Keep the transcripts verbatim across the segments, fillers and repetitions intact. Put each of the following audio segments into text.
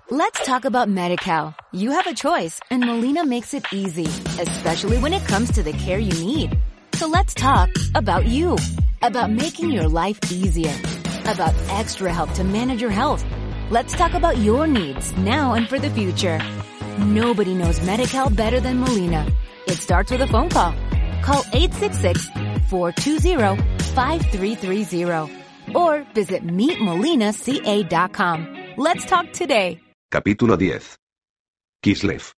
Let's talk about Medi-Cal. You have a choice, and Molina makes it easy, especially when it comes to the care you need. So let's talk about you, about making your life easier, about extra help to manage your health. Let's talk about your needs now and for the future. Nobody knows Medi-Cal better than Molina. It starts with a phone call. Call eight six six, four two zero, five three three zero or visit meet molina c a dot com. Let's talk today. Capítulo diez. Kislev.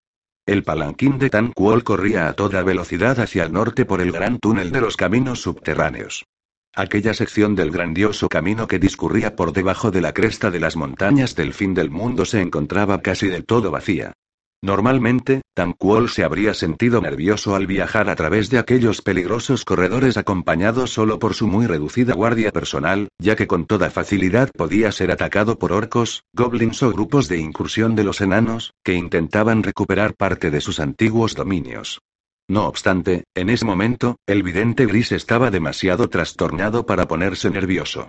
El palanquín de Tanquol corría a toda velocidad hacia el norte por el gran túnel de los caminos subterráneos. Aquella sección del grandioso camino que discurría por debajo de la cresta de las montañas del fin del mundo se encontraba casi del todo vacía. Normalmente, Tanquol se habría sentido nervioso al viajar a través de aquellos peligrosos corredores acompañado solo por su muy reducida guardia personal, ya que con toda facilidad podía ser atacado por orcos, goblins o grupos de incursión de los enanos, que intentaban recuperar parte de sus antiguos dominios. No obstante, en ese momento, el vidente gris estaba demasiado trastornado para ponerse nervioso.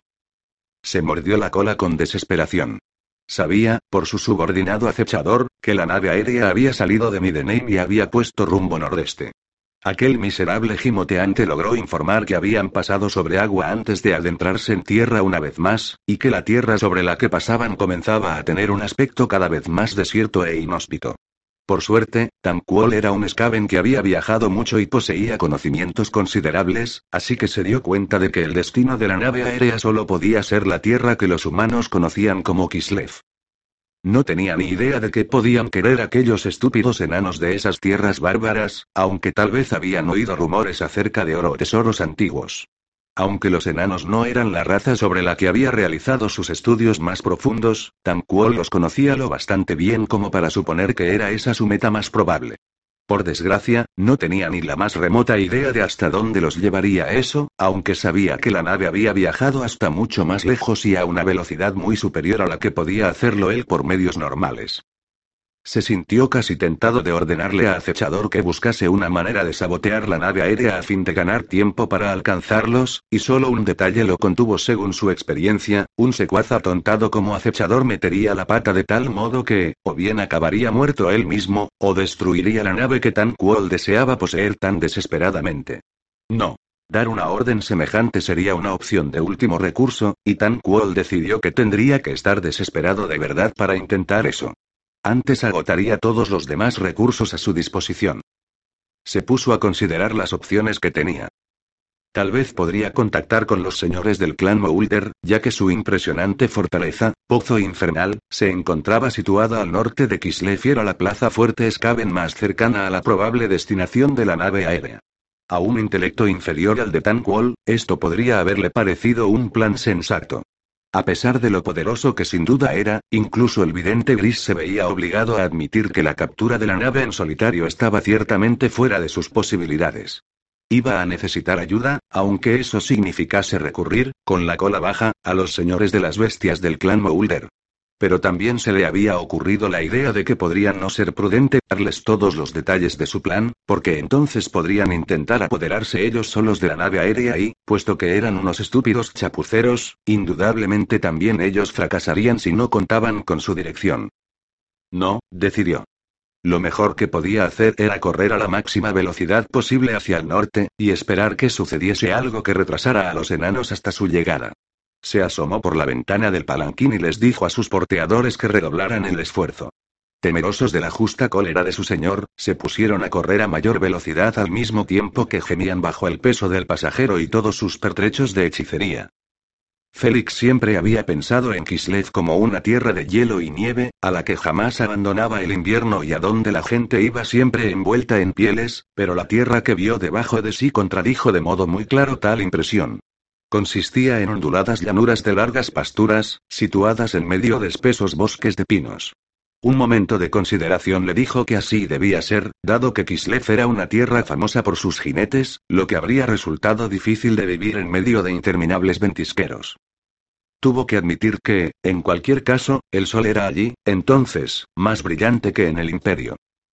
Se mordió la cola con desesperación. Sabía, por su subordinado acechador, que la nave aérea había salido de Middenheim y había puesto rumbo nordeste. Aquel miserable gimoteante logró informar que habían pasado sobre agua antes de adentrarse en tierra una vez más, y que la tierra sobre la que pasaban comenzaba a tener un aspecto cada vez más desierto e inhóspito. Por suerte, Tanquol era un Skaven que había viajado mucho y poseía conocimientos considerables, así que se dio cuenta de que el destino de la nave aérea solo podía ser la tierra que los humanos conocían como Kislev. No tenía ni idea de qué podían querer aquellos estúpidos enanos de esas tierras bárbaras, aunque tal vez habían oído rumores acerca de oro o tesoros antiguos. Aunque los enanos no eran la raza sobre la que había realizado sus estudios más profundos, Tanquol los conocía lo bastante bien como para suponer que era esa su meta más probable. Por desgracia, no tenía ni la más remota idea de hasta dónde los llevaría eso, aunque sabía que la nave había viajado hasta mucho más lejos y a una velocidad muy superior a la que podía hacerlo él por medios normales. Se sintió casi tentado de ordenarle a Acechador que buscase una manera de sabotear la nave aérea a fin de ganar tiempo para alcanzarlos, y solo un detalle lo contuvo según su experiencia: un secuaz atontado como Acechador metería la pata de tal modo que, o bien acabaría muerto él mismo, o destruiría la nave que Tanquol deseaba poseer tan desesperadamente. No. Dar una orden semejante sería una opción de último recurso, y Tanquol decidió que tendría que estar desesperado de verdad para intentar eso. Antes agotaría todos los demás recursos a su disposición. Se puso a considerar las opciones que tenía. Tal vez podría contactar con los señores del clan Moulder, ya que su impresionante fortaleza, Pozo Infernal, se encontraba situada al norte de Kislev y era la plaza fuerte Skaven más cercana a la probable destinación de la nave aérea. A un intelecto inferior al de Tanquol, esto podría haberle parecido un plan sensato. A pesar de lo poderoso que sin duda era, incluso el vidente gris se veía obligado a admitir que la captura de la nave en solitario estaba ciertamente fuera de sus posibilidades. Iba a necesitar ayuda, aunque eso significase recurrir, con la cola baja, a los señores de las bestias del clan Moulder. Pero también se le había ocurrido la idea de que podría no ser prudente darles todos los detalles de su plan, porque entonces podrían intentar apoderarse ellos solos de la nave aérea y, puesto que eran unos estúpidos chapuceros, indudablemente también ellos fracasarían si no contaban con su dirección. No, decidió. Lo mejor que podía hacer era correr a la máxima velocidad posible hacia el norte, y esperar que sucediese algo que retrasara a los enanos hasta su llegada. Se asomó por la ventana del palanquín y les dijo a sus porteadores que redoblaran el esfuerzo. Temerosos de la justa cólera de su señor, se pusieron a correr a mayor velocidad al mismo tiempo que gemían bajo el peso del pasajero y todos sus pertrechos de hechicería. Félix siempre había pensado en Kislev como una tierra de hielo y nieve, a la que jamás abandonaba el invierno y a donde la gente iba siempre envuelta en pieles, pero la tierra que vio debajo de sí contradijo de modo muy claro tal impresión. Consistía en onduladas llanuras de largas pasturas, situadas en medio de espesos bosques de pinos. Un momento de consideración le dijo que así debía ser, dado que Kislev era una tierra famosa por sus jinetes, lo que habría resultado difícil de vivir en medio de interminables ventisqueros. Tuvo que admitir que, en cualquier caso, el sol era allí, entonces, más brillante que en el imperio.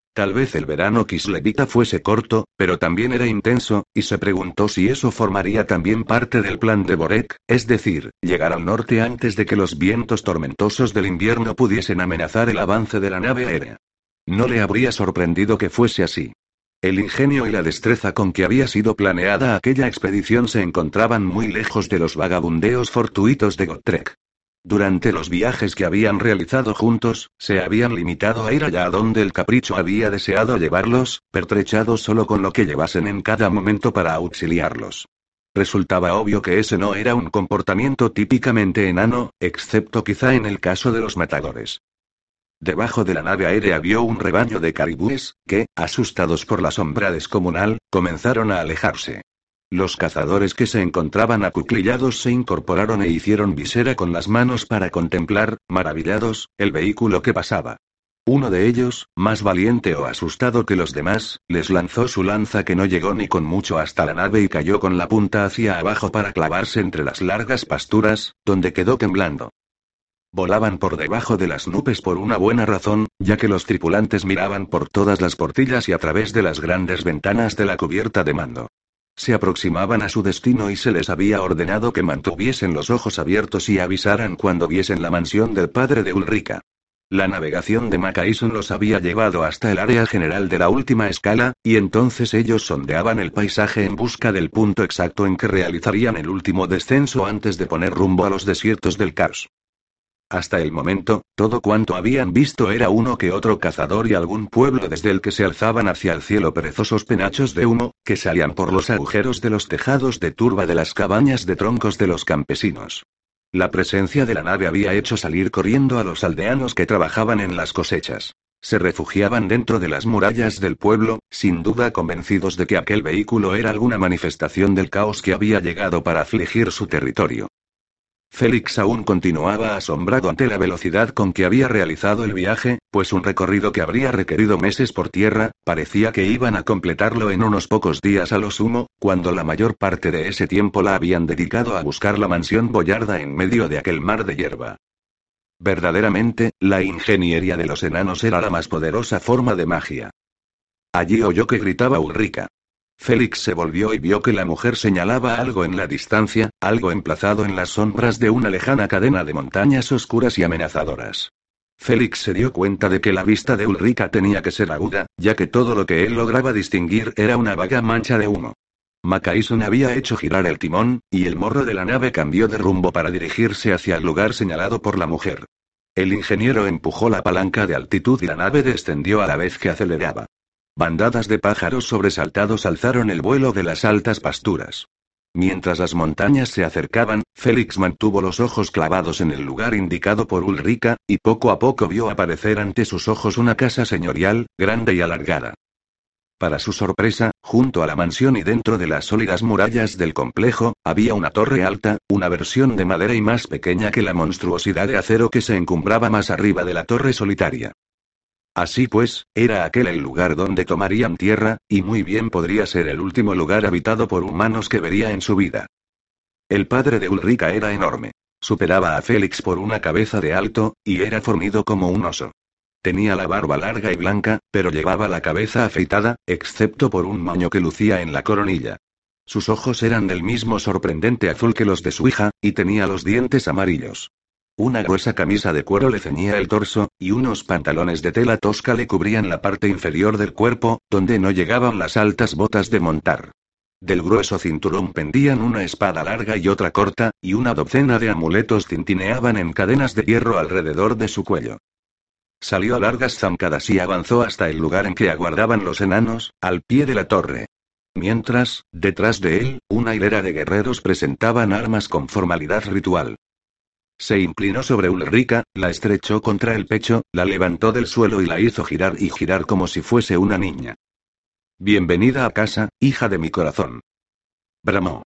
Tal vez el verano kislevita fuese corto, pero también era intenso, y se preguntó si eso formaría también parte del plan de Borek, es decir, llegar al norte antes de que los vientos tormentosos del invierno pudiesen amenazar el avance de la nave aérea. No le habría sorprendido que fuese así. El ingenio y la destreza con que había sido planeada aquella expedición se encontraban muy lejos de los vagabundeos fortuitos de Gotrek. Durante los viajes que habían realizado juntos, se habían limitado a ir allá donde el capricho había deseado llevarlos, pertrechados solo con lo que llevasen en cada momento para auxiliarlos. Resultaba obvio que ese no era un comportamiento típicamente enano, excepto quizá en el caso de los matadores. Debajo de la nave aérea vio un rebaño de caribúes, que, asustados por la sombra descomunal, comenzaron a alejarse. Los cazadores que se encontraban acuclillados se incorporaron e hicieron visera con las manos para contemplar, maravillados, el vehículo que pasaba. Uno de ellos, más valiente o asustado que los demás, les lanzó su lanza que no llegó ni con mucho hasta la nave y cayó con la punta hacia abajo para clavarse entre las largas pasturas, donde quedó temblando. Volaban por debajo de las nubes por una buena razón, ya que los tripulantes miraban por todas las portillas y a través de las grandes ventanas de la cubierta de mando. Se aproximaban a su destino y se les había ordenado que mantuviesen los ojos abiertos y avisaran cuando viesen la mansión del padre de Ulrika. La navegación de Macaison los había llevado hasta el área general de la última escala, y entonces ellos sondeaban el paisaje en busca del punto exacto en que realizarían el último descenso antes de poner rumbo a los desiertos del caos. Hasta el momento, todo cuanto habían visto era uno que otro cazador y algún pueblo desde el que se alzaban hacia el cielo perezosos penachos de humo, que salían por los agujeros de los tejados de turba de las cabañas de troncos de los campesinos. La presencia de la nave había hecho salir corriendo a los aldeanos que trabajaban en las cosechas. Se refugiaban dentro de las murallas del pueblo, sin duda convencidos de que aquel vehículo era alguna manifestación del caos que había llegado para afligir su territorio. Félix aún continuaba asombrado ante la velocidad con que había realizado el viaje, pues un recorrido que habría requerido meses por tierra, parecía que iban a completarlo en unos pocos días a lo sumo, cuando la mayor parte de ese tiempo la habían dedicado a buscar la mansión boyarda en medio de aquel mar de hierba. Verdaderamente, la ingeniería de los enanos era la más poderosa forma de magia. Allí oyó que gritaba Ulrika. Félix se volvió y vio que la mujer señalaba algo en la distancia, algo emplazado en las sombras de una lejana cadena de montañas oscuras y amenazadoras. Félix se dio cuenta de que la vista de Ulrika tenía que ser aguda, ya que todo lo que él lograba distinguir era una vaga mancha de humo. Macaison había hecho girar el timón, y el morro de la nave cambió de rumbo para dirigirse hacia el lugar señalado por la mujer. El ingeniero empujó la palanca de altitud y la nave descendió a la vez que aceleraba. Bandadas de pájaros sobresaltados alzaron el vuelo de las altas pasturas. Mientras las montañas se acercaban, Félix mantuvo los ojos clavados en el lugar indicado por Ulrika, y poco a poco vio aparecer ante sus ojos una casa señorial, grande y alargada. Para su sorpresa, junto a la mansión y dentro de las sólidas murallas del complejo, había una torre alta, una versión de madera y más pequeña que la monstruosidad de acero que se encumbraba más arriba de la torre solitaria. Así pues, era aquel el lugar donde tomarían tierra, y muy bien podría ser el último lugar habitado por humanos que vería en su vida. El padre de Ulrika era enorme. Superaba a Félix por una cabeza de alto, y era fornido como un oso. Tenía la barba larga y blanca, pero llevaba la cabeza afeitada, excepto por un moño que lucía en la coronilla. Sus ojos eran del mismo sorprendente azul que los de su hija, y tenía los dientes amarillos. Una gruesa camisa de cuero le ceñía el torso, y unos pantalones de tela tosca le cubrían la parte inferior del cuerpo, donde no llegaban las altas botas de montar. Del grueso cinturón pendían una espada larga y otra corta, y una docena de amuletos tintineaban en cadenas de hierro alrededor de su cuello. Salió a largas zancadas y avanzó hasta el lugar en que aguardaban los enanos, al pie de la torre. Mientras, detrás de él, una hilera de guerreros presentaban armas con formalidad ritual. Se inclinó sobre Ulrika, la estrechó contra el pecho, la levantó del suelo y la hizo girar y girar como si fuese una niña. «Bienvenida a casa, hija de mi corazón», bramó.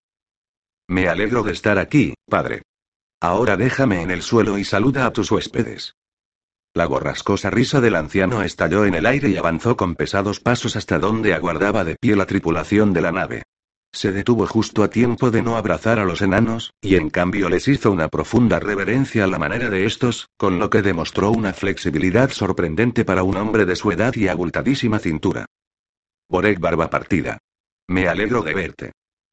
«Me alegro de estar aquí, padre. Ahora déjame en el suelo y saluda a tus huéspedes». La borrascosa risa del anciano estalló en el aire y avanzó con pesados pasos hasta donde aguardaba de pie la tripulación de la nave. Se detuvo justo a tiempo de no abrazar a los enanos, y en cambio les hizo una profunda reverencia a la manera de estos, con lo que demostró una flexibilidad sorprendente para un hombre de su edad y abultadísima cintura. Borek barba partida. Me alegro de verte.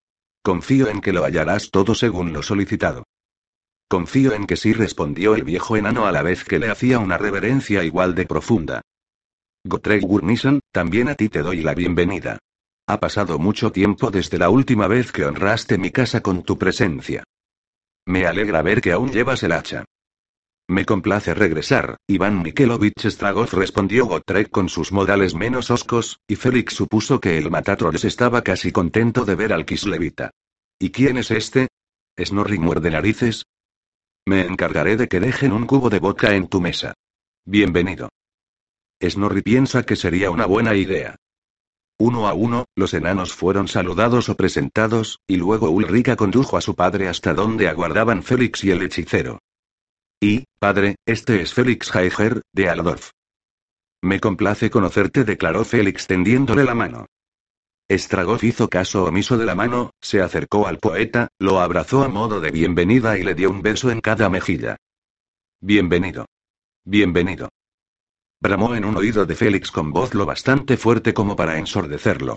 Confío en que lo hallarás todo según lo solicitado. Confío en que sí, respondió el viejo enano a la vez que le hacía una reverencia igual de profunda. Gotrek Gurmison, también a ti te doy la bienvenida. Ha pasado mucho tiempo desde la última vez que honraste mi casa con tu presencia. Me alegra ver que aún llevas el hacha. Me complace regresar, Iván Mikhailovich Stragov, respondió Gotrek con sus modales menos hoscos, y Félix supuso que el Matatroles estaba casi contento de ver al kislevita. ¿Y quién es este? Snorri muerde narices. Me encargaré de que dejen un cubo de vodka en tu mesa. Bienvenido. Snorri piensa que sería una buena idea. Uno a uno, los enanos fueron saludados o presentados, y luego Ulrika condujo a su padre hasta donde aguardaban Félix y el hechicero. Y, padre, este es Félix Heiger, de Aldorf. Me complace conocerte, declaró Félix tendiéndole la mano. Stragov hizo caso omiso de la mano, se acercó al poeta, lo abrazó a modo de bienvenida y le dio un beso en cada mejilla. Bienvenido. Bienvenido. Bramó en un oído de Félix con voz lo bastante fuerte como para ensordecerlo.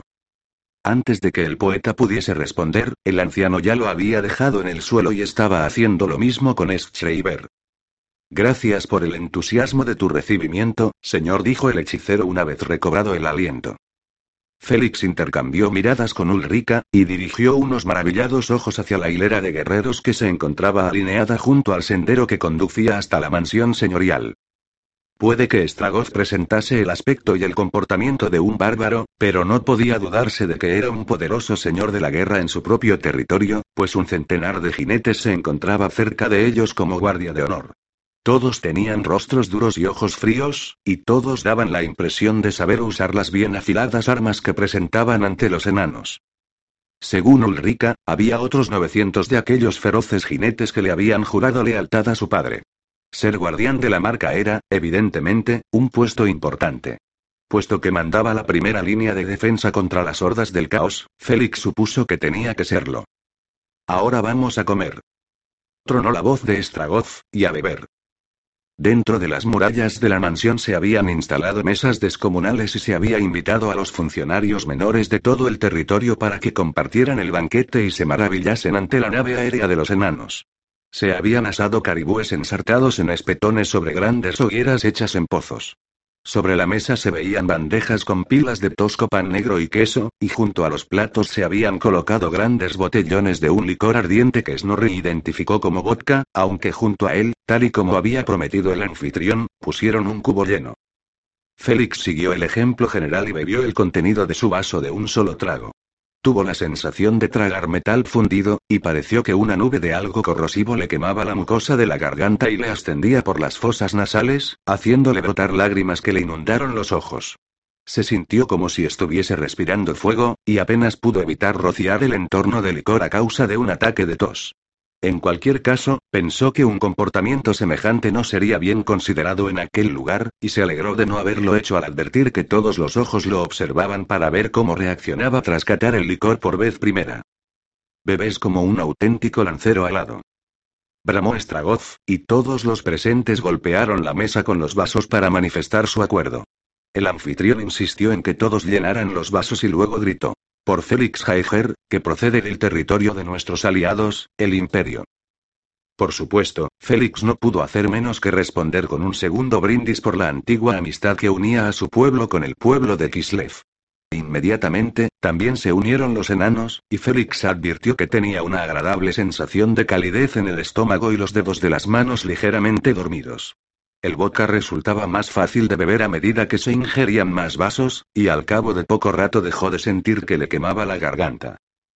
Antes de que el poeta pudiese responder, el anciano ya lo había dejado en el suelo y estaba haciendo lo mismo con Schreiber. Gracias por el entusiasmo de tu recibimiento, señor, dijo el hechicero una vez recobrado el aliento. Félix intercambió miradas con Ulrika, y dirigió unos maravillados ojos hacia la hilera de guerreros que se encontraba alineada junto al sendero que conducía hasta la mansión señorial. Puede que Stragov presentase el aspecto y el comportamiento de un bárbaro, pero no podía dudarse de que era un poderoso señor de la guerra en su propio territorio, pues un centenar de jinetes se encontraba cerca de ellos como guardia de honor. Todos tenían rostros duros y ojos fríos, y todos daban la impresión de saber usar las bien afiladas armas que presentaban ante los enanos. Según Ulrika, había otros novecientos de aquellos feroces jinetes que le habían jurado lealtad a su padre. Ser guardián de la marca era, evidentemente, un puesto importante. Puesto que mandaba la primera línea de defensa contra las hordas del caos, Félix supuso que tenía que serlo. Ahora vamos a comer. Tronó la voz de Stragov, y a beber. Dentro de las murallas de la mansión se habían instalado mesas descomunales y se había invitado a los funcionarios menores de todo el territorio para que compartieran el banquete y se maravillasen ante la nave aérea de los enanos. Se habían asado caribúes ensartados en espetones sobre grandes hogueras hechas en pozos. Sobre la mesa se veían bandejas con pilas de tosco pan negro y queso, y junto a los platos se habían colocado grandes botellones de un licor ardiente que Snorri identificó como vodka, aunque junto a él, tal y como había prometido el anfitrión, pusieron un cubo lleno. Félix siguió el ejemplo general y bebió el contenido de su vaso de un solo trago. Tuvo la sensación de tragar metal fundido, y pareció que una nube de algo corrosivo le quemaba la mucosa de la garganta y le ascendía por las fosas nasales, haciéndole brotar lágrimas que le inundaron los ojos. Se sintió como si estuviese respirando fuego, y apenas pudo evitar rociar el entorno de licor a causa de un ataque de tos. En cualquier caso, pensó que un comportamiento semejante no sería bien considerado en aquel lugar, y se alegró de no haberlo hecho al advertir que todos los ojos lo observaban para ver cómo reaccionaba tras catar el licor por vez primera. Bebés como un auténtico lancero alado. Bramó Stragov, y todos los presentes golpearon la mesa con los vasos para manifestar su acuerdo. El anfitrión insistió en que todos llenaran los vasos y luego gritó. Por Félix Heiger, que procede del territorio de nuestros aliados, el Imperio. Por supuesto, Félix no pudo hacer menos que responder con un segundo brindis por la antigua amistad que unía a su pueblo con el pueblo de Kislev. Inmediatamente, también se unieron los enanos, y Félix advirtió que tenía una agradable sensación de calidez en el estómago y los dedos de las manos ligeramente dormidos. El vodka resultaba más fácil de beber a medida que se ingerían más vasos, y al cabo de poco rato dejó de sentir que le quemaba la garganta.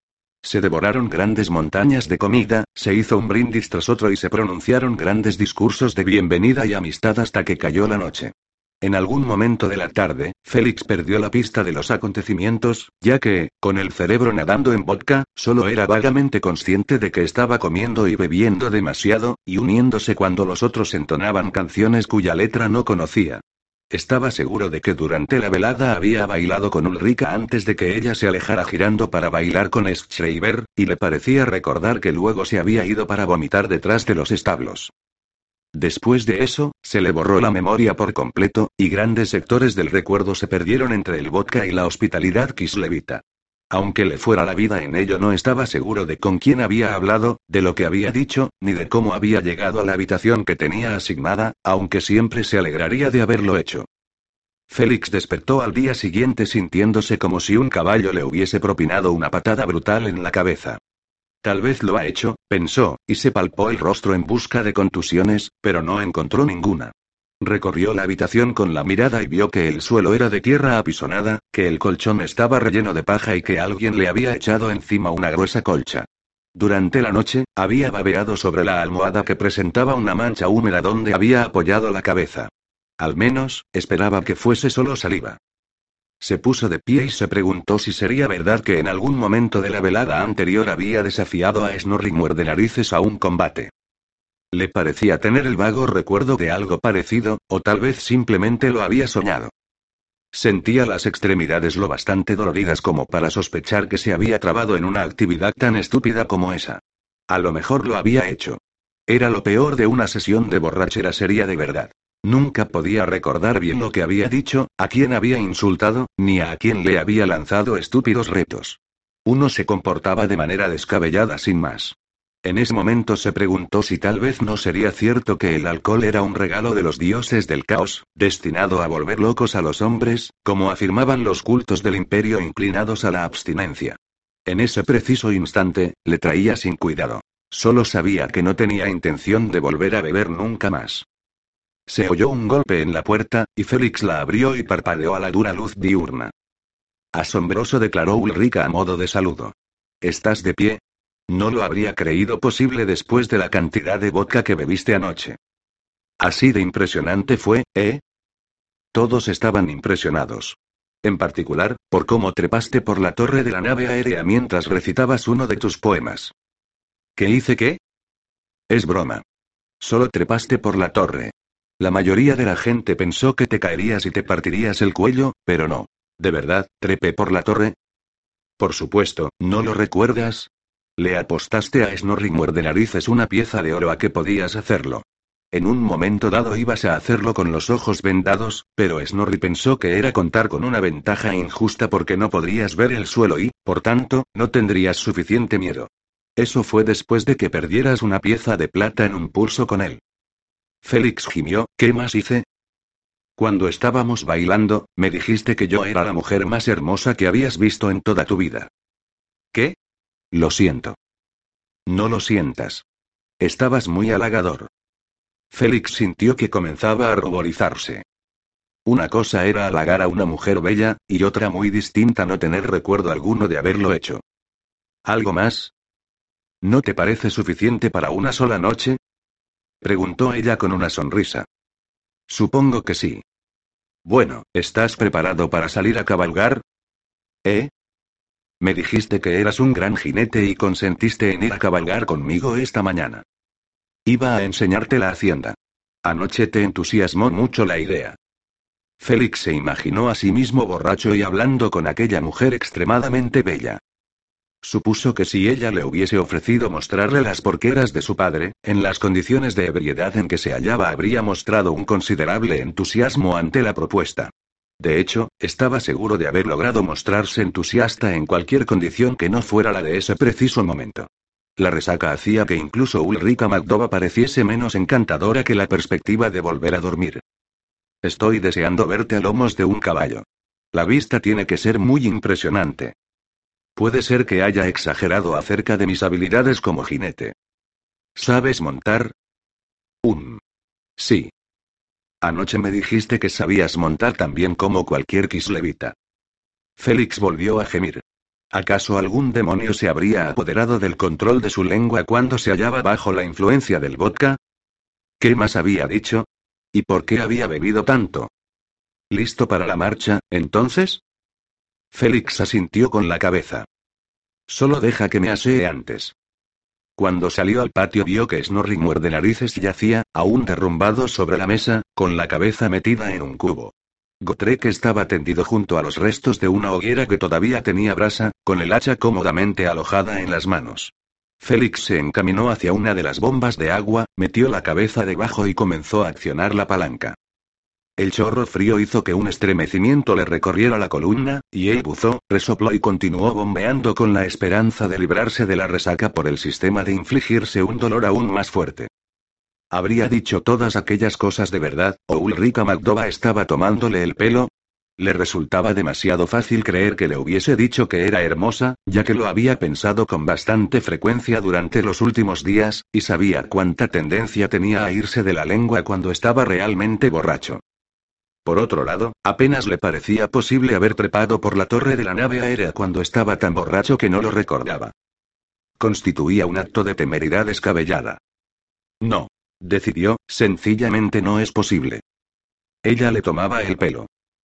Se devoraron grandes montañas de comida, se hizo un brindis tras otro y se pronunciaron grandes discursos de bienvenida y amistad hasta que cayó la noche. En algún momento de la tarde, Félix perdió la pista de los acontecimientos, ya que, con el cerebro nadando en vodka, solo era vagamente consciente de que estaba comiendo y bebiendo demasiado, y uniéndose cuando los otros entonaban canciones cuya letra no conocía. Estaba seguro de que durante la velada había bailado con Ulrika antes de que ella se alejara girando para bailar con Schreiber, y le parecía recordar que luego se había ido para vomitar detrás de los establos. Después de eso, se le borró la memoria por completo, y grandes sectores del recuerdo se perdieron entre el vodka y la hospitalidad kislevita. Aunque le fuera la vida en ello, no estaba seguro de con quién había hablado, de lo que había dicho, ni de cómo había llegado a la habitación que tenía asignada, aunque siempre se alegraría de haberlo hecho. Félix despertó al día siguiente sintiéndose como si un caballo le hubiese propinado una patada brutal en la cabeza. Tal vez lo ha hecho, pensó, y se palpó el rostro en busca de contusiones, pero no encontró ninguna. Recorrió la habitación con la mirada y vio que el suelo era de tierra apisonada, que el colchón estaba relleno de paja y que alguien le había echado encima una gruesa colcha. Durante la noche, había babeado sobre la almohada que presentaba una mancha húmeda donde había apoyado la cabeza. Al menos, esperaba que fuese solo saliva. Se puso de pie y se preguntó si sería verdad que en algún momento de la velada anterior había desafiado a Snorri Muerdenarices a un combate. Le parecía tener el vago recuerdo de algo parecido, o tal vez simplemente lo había soñado. Sentía las extremidades lo bastante doloridas como para sospechar que se había trabado en una actividad tan estúpida como esa. A lo mejor lo había hecho. Era lo peor de una sesión de borrachera seria de verdad. Nunca podía recordar bien lo que había dicho, a quién había insultado, ni a quién le había lanzado estúpidos retos. Uno se comportaba de manera descabellada sin más. En ese momento se preguntó si tal vez no sería cierto que el alcohol era un regalo de los dioses del caos, destinado a volver locos a los hombres, como afirmaban los cultos del imperio inclinados a la abstinencia. En ese preciso instante, le traía sin cuidado. Solo sabía que no tenía intención de volver a beber nunca más. Se oyó un golpe en la puerta, y Félix la abrió y parpadeó a la dura luz diurna. Asombroso, declaró Ulrika a modo de saludo. ¿Estás de pie? No lo habría creído posible después de la cantidad de vodka que bebiste anoche. Así de impresionante fue, ¿eh? Todos estaban impresionados. En particular, por cómo trepaste por la torre de la nave aérea mientras recitabas uno de tus poemas. ¿Qué hice qué? Es broma. Solo trepaste por la torre. La mayoría de la gente pensó que te caerías y te partirías el cuello, pero no. ¿De verdad, trepé por la torre? Por supuesto, ¿no lo recuerdas? Le apostaste a Snorri Muerdenarices una pieza de oro a que podías hacerlo. En un momento dado ibas a hacerlo con los ojos vendados, pero Snorri pensó que era contar con una ventaja injusta porque no podrías ver el suelo y, por tanto, no tendrías suficiente miedo. Eso fue después de que perdieras una pieza de plata en un pulso con él. Félix gimió, ¿qué más hice? Cuando estábamos bailando, me dijiste que yo era la mujer más hermosa que habías visto en toda tu vida. ¿Qué? Lo siento. No lo sientas. Estabas muy halagador. Félix sintió que comenzaba a ruborizarse. Una cosa era halagar a una mujer bella, y otra muy distinta no tener recuerdo alguno de haberlo hecho. ¿Algo más? ¿No te parece suficiente para una sola noche? Preguntó ella con una sonrisa. Supongo que sí. Bueno, ¿estás preparado para salir a cabalgar? ¿Eh? Me dijiste que eras un gran jinete y consentiste en ir a cabalgar conmigo esta mañana. Iba a enseñarte la hacienda. Anoche te entusiasmó mucho la idea. Félix se imaginó a sí mismo borracho y hablando con aquella mujer extremadamente bella. Supuso que si ella le hubiese ofrecido mostrarle las porqueras de su padre, en las condiciones de ebriedad en que se hallaba habría mostrado un considerable entusiasmo ante la propuesta. De hecho, estaba seguro de haber logrado mostrarse entusiasta en cualquier condición que no fuera la de ese preciso momento. La resaca hacía que incluso Ulrika Moldova pareciese menos encantadora que la perspectiva de volver a dormir. Estoy deseando verte a lomos de un caballo. La vista tiene que ser muy impresionante. Puede ser que haya exagerado acerca de mis habilidades como jinete. ¿Sabes montar? Um. Sí. Anoche me dijiste que sabías montar tan bien como cualquier kislevita. Félix volvió a gemir. ¿Acaso algún demonio se habría apoderado del control de su lengua cuando se hallaba bajo la influencia del vodka? ¿Qué más había dicho? ¿Y por qué había bebido tanto? ¿Listo para la marcha, entonces? Félix asintió con la cabeza. Solo deja que me asee antes. Cuando salió al patio vio que Snorri Muerdenarices yacía, aún derrumbado sobre la mesa, con la cabeza metida en un cubo. Gotrek estaba tendido junto a los restos de una hoguera que todavía tenía brasa, con el hacha cómodamente alojada en las manos. Félix se encaminó hacia una de las bombas de agua, metió la cabeza debajo y comenzó a accionar la palanca. El chorro frío hizo que un estremecimiento le recorriera la columna, y él buzó, resopló y continuó bombeando con la esperanza de librarse de la resaca por el sistema de infligirse un dolor aún más fuerte. ¿Habría dicho todas aquellas cosas de verdad, o Ulrika Moldova estaba tomándole el pelo? Le resultaba demasiado fácil creer que le hubiese dicho que era hermosa, ya que lo había pensado con bastante frecuencia durante los últimos días, y sabía cuánta tendencia tenía a irse de la lengua cuando estaba realmente borracho. Por otro lado, apenas le parecía posible haber trepado por la torre de la nave aérea cuando estaba tan borracho que no lo recordaba. Constituía un acto de temeridad descabellada. No. Decidió, sencillamente no es posible. Ella le tomaba el pelo.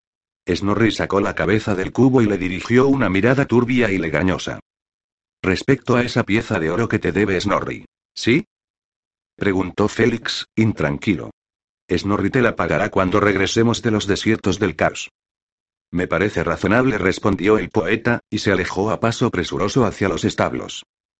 Snorri sacó la cabeza del cubo y le dirigió una mirada turbia y legañosa. Respecto a esa pieza de oro que te debe Snorri, ¿sí? Preguntó Félix, intranquilo. Snorri te la pagará cuando regresemos de los desiertos del caos. Me parece razonable, respondió el poeta, y se alejó a paso presuroso hacia los establos.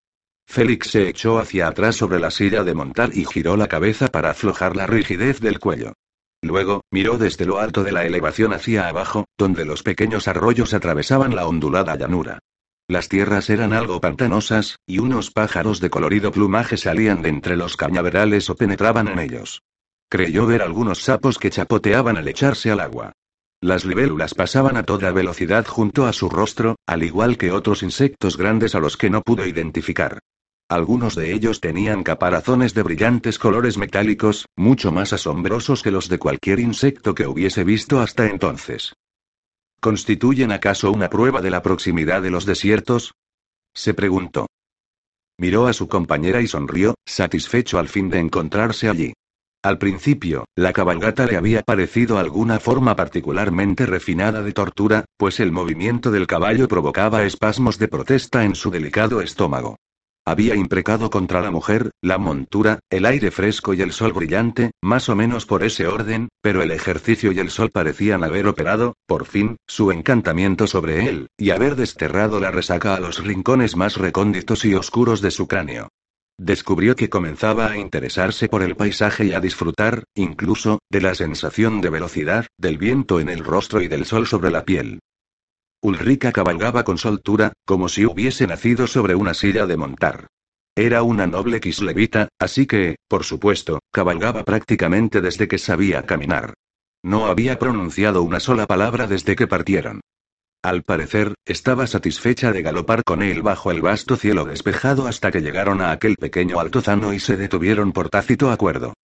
Félix se echó hacia atrás sobre la silla de montar y giró la cabeza para aflojar la rigidez del cuello. Luego, miró desde lo alto de la elevación hacia abajo, donde los pequeños arroyos atravesaban la ondulada llanura. Las tierras eran algo pantanosas, y unos pájaros de colorido plumaje salían de entre los cañaverales o penetraban en ellos. Creyó ver algunos sapos que chapoteaban al echarse al agua. Las libélulas pasaban a toda velocidad junto a su rostro, al igual que otros insectos grandes a los que no pudo identificar. Algunos de ellos tenían caparazones de brillantes colores metálicos, mucho más asombrosos que los de cualquier insecto que hubiese visto hasta entonces. ¿Constituyen acaso una prueba de la proximidad de los desiertos? Se preguntó. Miró a su compañera y sonrió, satisfecho al fin de encontrarse allí. Al principio, la cabalgata le había parecido alguna forma particularmente refinada de tortura, pues el movimiento del caballo provocaba espasmos de protesta en su delicado estómago. Había imprecado contra la mujer, la montura, el aire fresco y el sol brillante, más o menos por ese orden, pero el ejercicio y el sol parecían haber operado, por fin, su encantamiento sobre él, y haber desterrado la resaca a los rincones más recónditos y oscuros de su cráneo. Descubrió que comenzaba a interesarse por el paisaje y a disfrutar, incluso, de la sensación de velocidad, del viento en el rostro y del sol sobre la piel. Ulrika cabalgaba con soltura, como si hubiese nacido sobre una silla de montar. Era una noble kislevita, así que, por supuesto, cabalgaba prácticamente desde que sabía caminar. No había pronunciado una sola palabra desde que partieron. Al parecer, estaba satisfecha de galopar con él bajo el vasto cielo despejado hasta que llegaron a aquel pequeño altozano y se detuvieron por tácito acuerdo.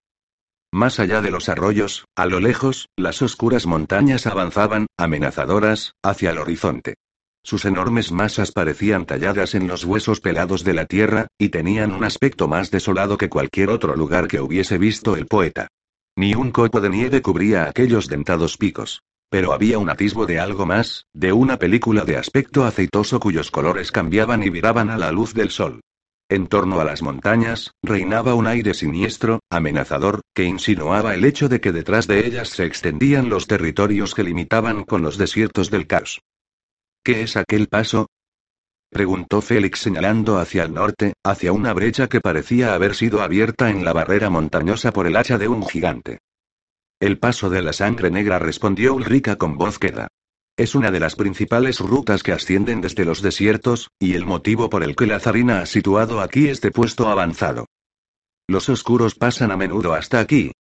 Más allá de los arroyos, a lo lejos, las oscuras montañas avanzaban, amenazadoras, hacia el horizonte. Sus enormes masas parecían talladas en los huesos pelados de la tierra, y tenían un aspecto más desolado que cualquier otro lugar que hubiese visto el poeta. Ni un copo de nieve cubría aquellos dentados picos. Pero había un atisbo de algo más, de una película de aspecto aceitoso cuyos colores cambiaban y viraban a la luz del sol. En torno a las montañas, reinaba un aire siniestro, amenazador, que insinuaba el hecho de que detrás de ellas se extendían los territorios que limitaban con los desiertos del caos. ¿Qué es aquel paso? Preguntó Félix señalando hacia el norte, hacia una brecha que parecía haber sido abierta en la barrera montañosa por el hacha de un gigante. El paso de la sangre negra, respondió Ulrika con voz queda. Es una de las principales rutas que ascienden desde los desiertos, y el motivo por el que la zarina ha situado aquí este puesto avanzado. Los oscuros pasan a menudo hasta aquí.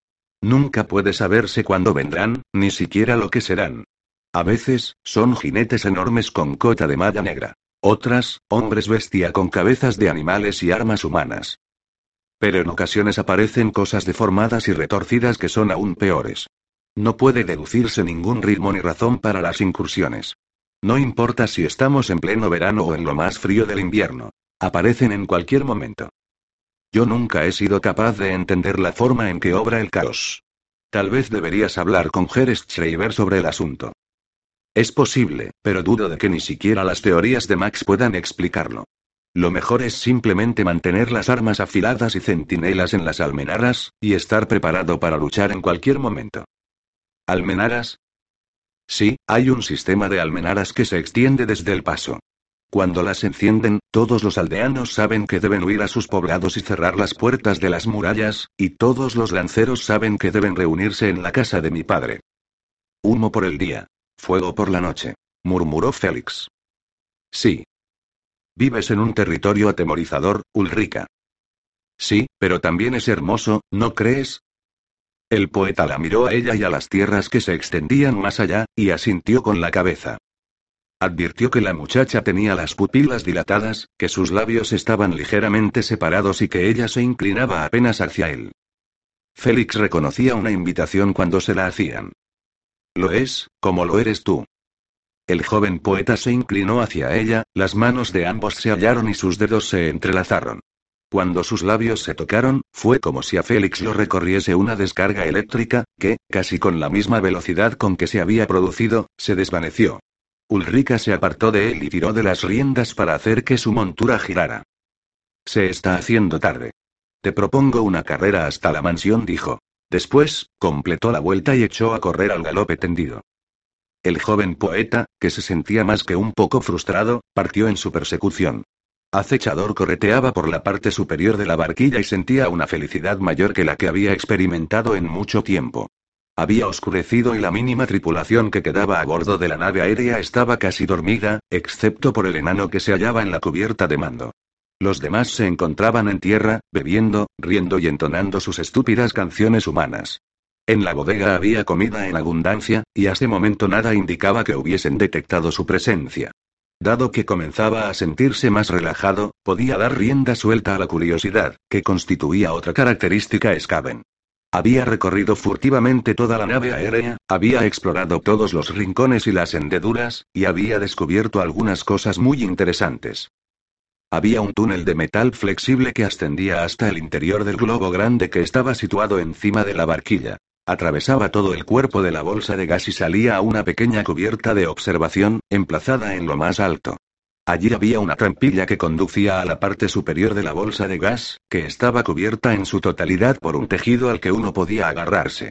Nunca puede saberse cuándo vendrán, ni siquiera lo que serán. A veces, son jinetes enormes con cota de malla negra. Otras, hombres bestia con cabezas de animales y armas humanas. Pero en ocasiones aparecen cosas deformadas y retorcidas que son aún peores. No puede deducirse ningún ritmo ni razón para las incursiones. No importa si estamos en pleno verano o en lo más frío del invierno. Aparecen en cualquier momento. Yo nunca he sido capaz de entender la forma en que obra el caos. Tal vez deberías hablar con Herr Schreiber sobre el asunto. Es posible, pero dudo de que ni siquiera las teorías de Max puedan explicarlo. Lo mejor es simplemente mantener las armas afiladas y centinelas en las almenaras, y estar preparado para luchar en cualquier momento. ¿Almenaras? Sí, hay un sistema de almenaras que se extiende desde el paso. Cuando las encienden, todos los aldeanos saben que deben huir a sus poblados y cerrar las puertas de las murallas, y todos los lanceros saben que deben reunirse en la casa de mi padre. Humo por el día. Fuego por la noche, murmuró Félix. Sí. Vives en un territorio atemorizador, Ulrica. Sí, pero también es hermoso, ¿no crees? El poeta la miró a ella y a las tierras que se extendían más allá, y asintió con la cabeza. Advirtió que la muchacha tenía las pupilas dilatadas, que sus labios estaban ligeramente separados y que ella se inclinaba apenas hacia él. Félix reconocía una invitación cuando se la hacían. Lo es, como lo eres tú. El joven poeta se inclinó hacia ella, las manos de ambos se hallaron y sus dedos se entrelazaron. Cuando sus labios se tocaron, fue como si a Félix lo recorriese una descarga eléctrica, que, casi con la misma velocidad con que se había producido, se desvaneció. Ulrica se apartó de él y tiró de las riendas para hacer que su montura girara. Se está haciendo tarde. Te propongo una carrera hasta la mansión, dijo. Después, completó la vuelta y echó a correr al galope tendido. El joven poeta, que se sentía más que un poco frustrado, partió en su persecución. Acechador correteaba por la parte superior de la barquilla y sentía una felicidad mayor que la que había experimentado en mucho tiempo. Había oscurecido y la mínima tripulación que quedaba a bordo de la nave aérea estaba casi dormida, excepto por el enano que se hallaba en la cubierta de mando. Los demás se encontraban en tierra, bebiendo, riendo y entonando sus estúpidas canciones humanas. En la bodega había comida en abundancia, y a ese momento nada indicaba que hubiesen detectado su presencia. Dado que comenzaba a sentirse más relajado, podía dar rienda suelta a la curiosidad, que constituía otra característica Skaven. Había recorrido furtivamente toda la nave aérea, había explorado todos los rincones y las hendeduras, y había descubierto algunas cosas muy interesantes. Había un túnel de metal flexible que ascendía hasta el interior del globo grande que estaba situado encima de la barquilla. Atravesaba todo el cuerpo de la bolsa de gas y salía a una pequeña cubierta de observación, emplazada en lo más alto. Allí había una trampilla que conducía a la parte superior de la bolsa de gas, que estaba cubierta en su totalidad por un tejido al que uno podía agarrarse.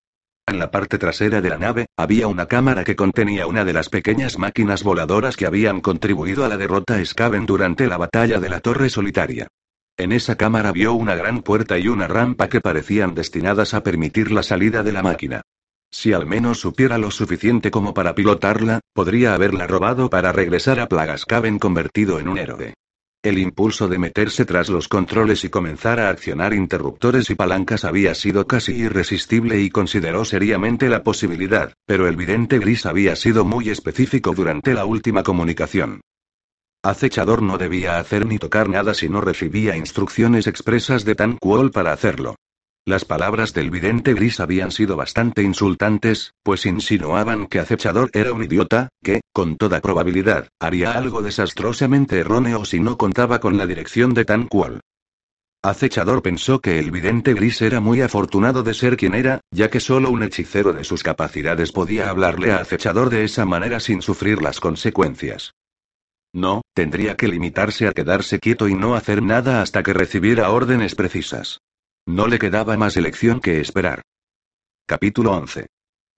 En la parte trasera de la nave, había una cámara que contenía una de las pequeñas máquinas voladoras que habían contribuido a la derrota Skaven durante la batalla de la Torre Solitaria. En esa cámara vio una gran puerta y una rampa que parecían destinadas a permitir la salida de la máquina. Si al menos supiera lo suficiente como para pilotarla, podría haberla robado para regresar a Plaga Skaven convertido en un héroe. El impulso de meterse tras los controles y comenzar a accionar interruptores y palancas había sido casi irresistible y consideró seriamente la posibilidad, pero el vidente gris había sido muy específico durante la última comunicación. Acechador no debía hacer ni tocar nada si no recibía instrucciones expresas de Tanquol para hacerlo. Las palabras del vidente gris habían sido bastante insultantes, pues insinuaban que Acechador era un idiota, que, con toda probabilidad, haría algo desastrosamente erróneo si no contaba con la dirección de Tanquol. Acechador pensó que el vidente gris era muy afortunado de ser quien era, ya que solo un hechicero de sus capacidades podía hablarle a Acechador de esa manera sin sufrir las consecuencias. No, tendría que limitarse a quedarse quieto y no hacer nada hasta que recibiera órdenes precisas. No le quedaba más elección que esperar. Capítulo once.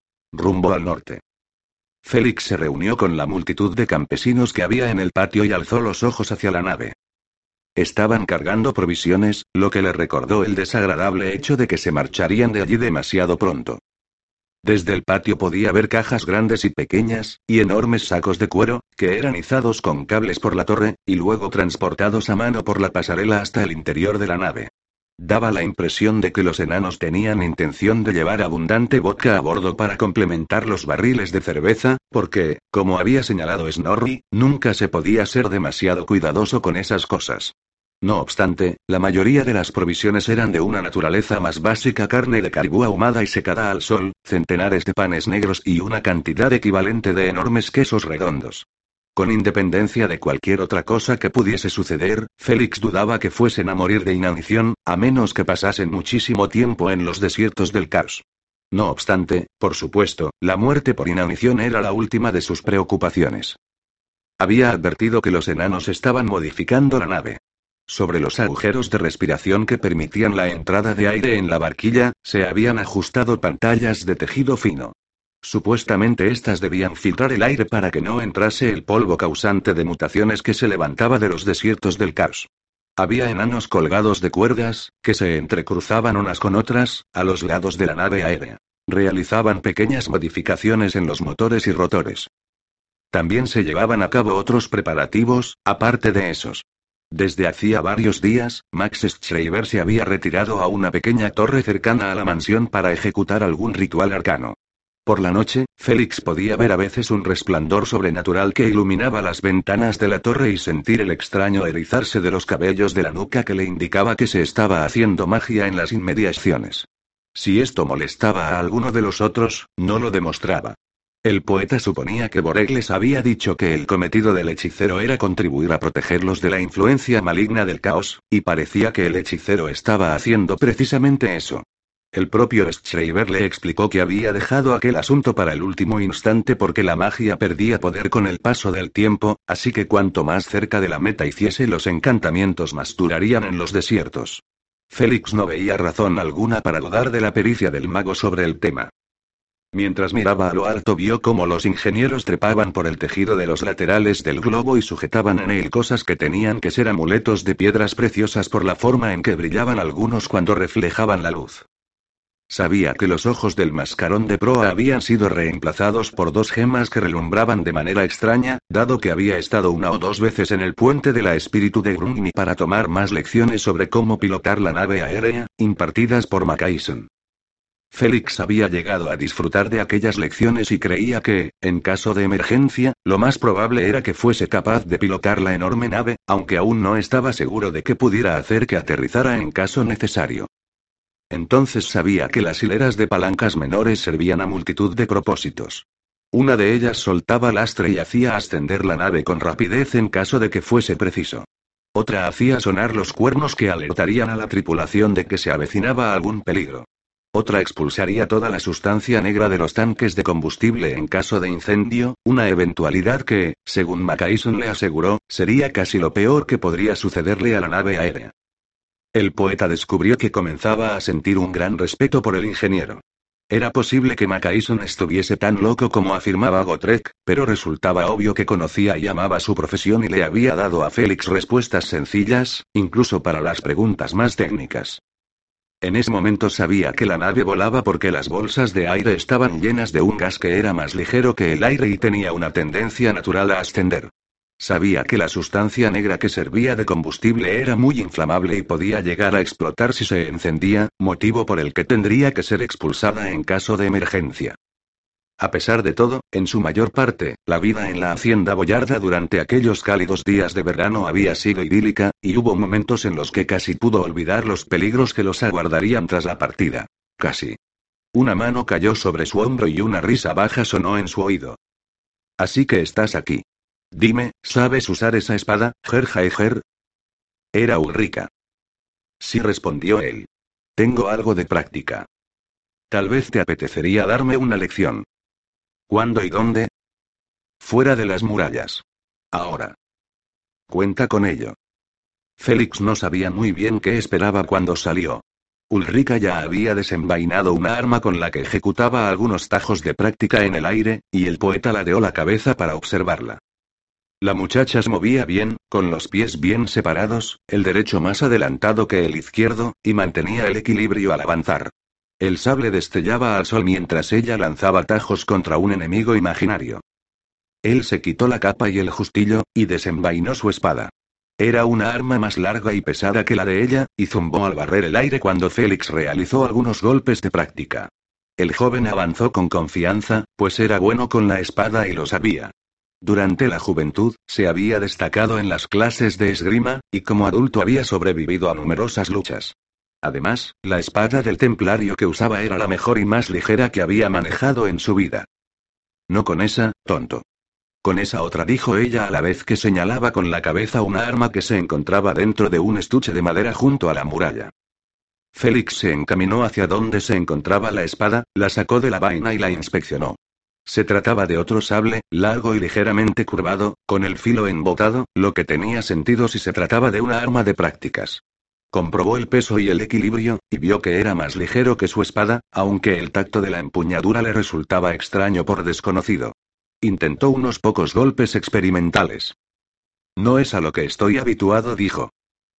Rumbo al norte. Félix se reunió con la multitud de campesinos que había en el patio y alzó los ojos hacia la nave. Estaban cargando provisiones, lo que le recordó el desagradable hecho de que se marcharían de allí demasiado pronto. Desde el patio podía ver cajas grandes y pequeñas, y enormes sacos de cuero, que eran izados con cables por la torre, y luego transportados a mano por la pasarela hasta el interior de la nave. Daba la impresión de que los enanos tenían intención de llevar abundante vodka a bordo para complementar los barriles de cerveza, porque, como había señalado Snorri, nunca se podía ser demasiado cuidadoso con esas cosas. No obstante, la mayoría de las provisiones eran de una naturaleza más básica: carne de caribú ahumada y secada al sol, centenares de panes negros y una cantidad equivalente de enormes quesos redondos. Con independencia de cualquier otra cosa que pudiese suceder, Félix dudaba que fuesen a morir de inanición, a menos que pasasen muchísimo tiempo en los desiertos del caos. No obstante, por supuesto, la muerte por inanición era la última de sus preocupaciones. Había advertido que los enanos estaban modificando la nave. Sobre los agujeros de respiración que permitían la entrada de aire en la barquilla, se habían ajustado pantallas de tejido fino. Supuestamente estas debían filtrar el aire para que no entrase el polvo causante de mutaciones que se levantaba de los desiertos del caos. Había enanos colgados de cuerdas, que se entrecruzaban unas con otras, a los lados de la nave aérea. Realizaban pequeñas modificaciones en los motores y rotores. También se llevaban a cabo otros preparativos, aparte de esos. Desde hacía varios días, Max Schreiber se había retirado a una pequeña torre cercana a la mansión para ejecutar algún ritual arcano. Por la noche, Félix podía ver a veces un resplandor sobrenatural que iluminaba las ventanas de la torre y sentir el extraño erizarse de los cabellos de la nuca que le indicaba que se estaba haciendo magia en las inmediaciones. Si esto molestaba a alguno de los otros, no lo demostraba. El poeta suponía que Boreg les había dicho que el cometido del hechicero era contribuir a protegerlos de la influencia maligna del caos, y parecía que el hechicero estaba haciendo precisamente eso. El propio Schreiber le explicó que había dejado aquel asunto para el último instante porque la magia perdía poder con el paso del tiempo, así que cuanto más cerca de la meta hiciese los encantamientos más durarían en los desiertos. Félix no veía razón alguna para dudar de la pericia del mago sobre el tema. Mientras miraba a lo alto vio cómo los ingenieros trepaban por el tejido de los laterales del globo y sujetaban en él cosas que tenían que ser amuletos de piedras preciosas por la forma en que brillaban algunos cuando reflejaban la luz. Sabía que los ojos del mascarón de proa habían sido reemplazados por dos gemas que relumbraban de manera extraña, dado que había estado una o dos veces en el puente de la espíritu de Grungni para tomar más lecciones sobre cómo pilotar la nave aérea, impartidas por Macaison. Félix había llegado a disfrutar de aquellas lecciones y creía que, en caso de emergencia, lo más probable era que fuese capaz de pilotar la enorme nave, aunque aún no estaba seguro de que pudiera hacer que aterrizara en caso necesario. Entonces sabía que las hileras de palancas menores servían a multitud de propósitos. Una de ellas soltaba lastre y hacía ascender la nave con rapidez en caso de que fuese preciso. Otra hacía sonar los cuernos que alertarían a la tripulación de que se avecinaba algún peligro. Otra expulsaría toda la sustancia negra de los tanques de combustible en caso de incendio, una eventualidad que, según Macaison le aseguró, sería casi lo peor que podría sucederle a la nave aérea. El poeta descubrió que comenzaba a sentir un gran respeto por el ingeniero. Era posible que Macaison estuviese tan loco como afirmaba Gotrek, pero resultaba obvio que conocía y amaba su profesión y le había dado a Félix respuestas sencillas, incluso para las preguntas más técnicas. En ese momento sabía que la nave volaba porque las bolsas de aire estaban llenas de un gas que era más ligero que el aire y tenía una tendencia natural a ascender. Sabía que la sustancia negra que servía de combustible era muy inflamable y podía llegar a explotar si se encendía, motivo por el que tendría que ser expulsada en caso de emergencia. A pesar de todo, en su mayor parte, la vida en la hacienda boyarda durante aquellos cálidos días de verano había sido idílica, y hubo momentos en los que casi pudo olvidar los peligros que los aguardarían tras la partida. Casi. Una mano cayó sobre su hombro y una risa baja sonó en su oído. Así que estás aquí. Dime, ¿sabes usar esa espada, Gerhaiger? Era Ulrika. Sí, respondió él. Tengo algo de práctica. Tal vez te apetecería darme una lección. ¿Cuándo y dónde? Fuera de las murallas. Ahora. Cuenta con ello. Félix no sabía muy bien qué esperaba cuando salió. Ulrika ya había desenvainado una arma con la que ejecutaba algunos tajos de práctica en el aire, y el poeta ladeó la cabeza para observarla. La muchacha se movía bien, con los pies bien separados, el derecho más adelantado que el izquierdo, y mantenía el equilibrio al avanzar. El sable destellaba al sol mientras ella lanzaba tajos contra un enemigo imaginario. Él se quitó la capa y el justillo, y desenvainó su espada. Era una arma más larga y pesada que la de ella, y zumbó al barrer el aire cuando Félix realizó algunos golpes de práctica. El joven avanzó con confianza, pues era bueno con la espada y lo sabía. Durante la juventud, se había destacado en las clases de esgrima, y como adulto había sobrevivido a numerosas luchas. Además, la espada del templario que usaba era la mejor y más ligera que había manejado en su vida. No con esa, tonto. Con esa otra, dijo ella a la vez que señalaba con la cabeza una arma que se encontraba dentro de un estuche de madera junto a la muralla. Félix se encaminó hacia donde se encontraba la espada, la sacó de la vaina y la inspeccionó. Se trataba de otro sable, largo y ligeramente curvado, con el filo embotado, lo que tenía sentido si se trataba de una arma de prácticas. Comprobó el peso y el equilibrio, y vio que era más ligero que su espada, aunque el tacto de la empuñadura le resultaba extraño por desconocido. Intentó unos pocos golpes experimentales. No es a lo que estoy habituado, dijo.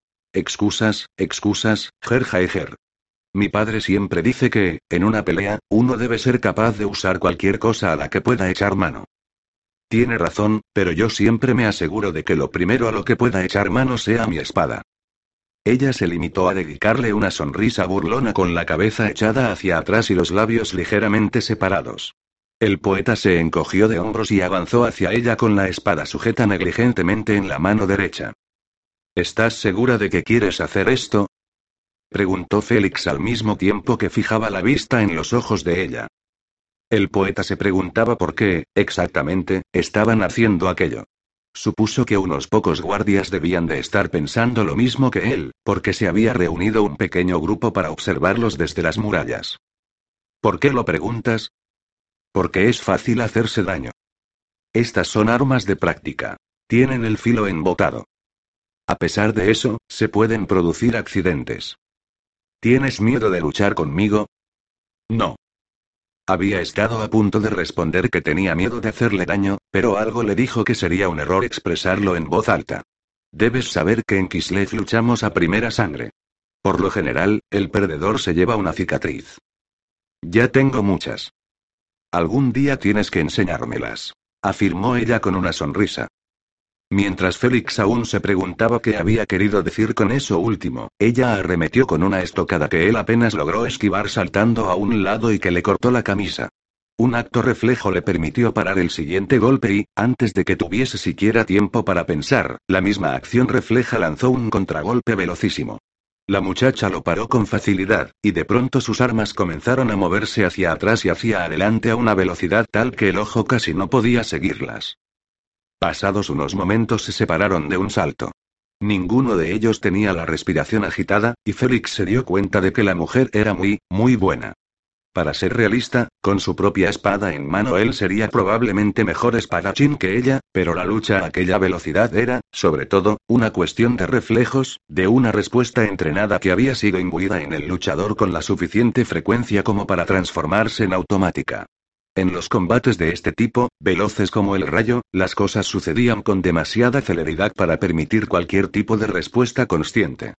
Excusas, excusas, Herr. Mi padre siempre dice que, en una pelea, uno debe ser capaz de usar cualquier cosa a la que pueda echar mano. Tiene razón, pero yo siempre me aseguro de que lo primero a lo que pueda echar mano sea mi espada. Ella se limitó a dedicarle una sonrisa burlona con la cabeza echada hacia atrás y los labios ligeramente separados. El poeta se encogió de hombros y avanzó hacia ella con la espada sujeta negligentemente en la mano derecha. ¿Estás segura de que quieres hacer esto?, preguntó Félix al mismo tiempo que fijaba la vista en los ojos de ella. El poeta se preguntaba por qué, exactamente, estaban haciendo aquello. Supuso que unos pocos guardias debían de estar pensando lo mismo que él, porque se había reunido un pequeño grupo para observarlos desde las murallas. ¿Por qué lo preguntas? Porque es fácil hacerse daño. Estas son armas de práctica. Tienen el filo embotado. A pesar de eso, se pueden producir accidentes. ¿Tienes miedo de luchar conmigo? No. Había estado a punto de responder que tenía miedo de hacerle daño, pero algo le dijo que sería un error expresarlo en voz alta. Debes saber que en Kislev luchamos a primera sangre. Por lo general, el perdedor se lleva una cicatriz. Ya tengo muchas. Algún día tienes que enseñármelas, afirmó ella con una sonrisa. Mientras Félix aún se preguntaba qué había querido decir con eso último, ella arremetió con una estocada que él apenas logró esquivar saltando a un lado y que le cortó la camisa. Un acto reflejo le permitió parar el siguiente golpe y, antes de que tuviese siquiera tiempo para pensar, la misma acción refleja lanzó un contragolpe velocísimo. La muchacha lo paró con facilidad, y de pronto sus armas comenzaron a moverse hacia atrás y hacia adelante a una velocidad tal que el ojo casi no podía seguirlas. Pasados unos momentos se separaron de un salto. Ninguno de ellos tenía la respiración agitada, y Félix se dio cuenta de que la mujer era muy, muy buena. Para ser realista, con su propia espada en mano él sería probablemente mejor espadachín que ella, pero la lucha a aquella velocidad era, sobre todo, una cuestión de reflejos, de una respuesta entrenada que había sido imbuida en el luchador con la suficiente frecuencia como para transformarse en automática. En los combates de este tipo, veloces como el rayo, las cosas sucedían con demasiada celeridad para permitir cualquier tipo de respuesta consciente.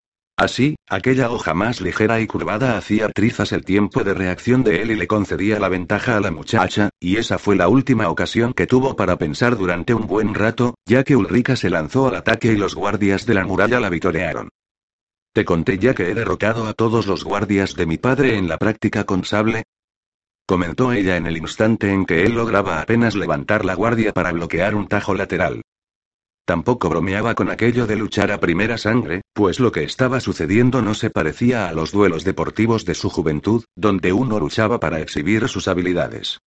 Así, aquella hoja más ligera y curvada hacía trizas el tiempo de reacción de él y le concedía la ventaja a la muchacha, y esa fue la última ocasión que tuvo para pensar durante un buen rato, ya que Ulrika se lanzó al ataque y los guardias de la muralla la vitorearon. ¿Te conté ya que he derrotado a todos los guardias de mi padre en la práctica con sable?, comentó ella en el instante en que él lograba apenas levantar la guardia para bloquear un tajo lateral. Tampoco bromeaba con aquello de luchar a primera sangre, pues lo que estaba sucediendo no se parecía a los duelos deportivos de su juventud, donde uno luchaba para exhibir sus habilidades.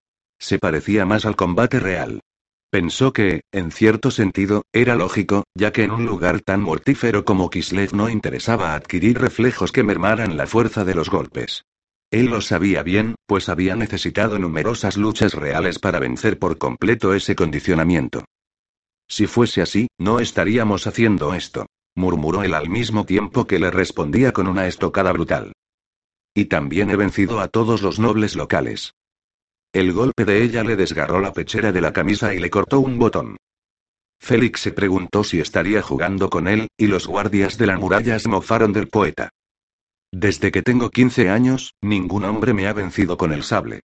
Se parecía más al combate real. Pensó que, en cierto sentido, era lógico, ya que en un lugar tan mortífero como Kislev no interesaba adquirir reflejos que mermaran la fuerza de los golpes. Él lo sabía bien, pues había necesitado numerosas luchas reales para vencer por completo ese condicionamiento. Si fuese así, no estaríamos haciendo esto, murmuró él al mismo tiempo que le respondía con una estocada brutal. Y también he vencido a todos los nobles locales. El golpe de ella le desgarró la pechera de la camisa y le cortó un botón. Félix se preguntó si estaría jugando con él, y los guardias de la muralla se mofaron del poeta. Desde que tengo quince años, ningún hombre me ha vencido con el sable.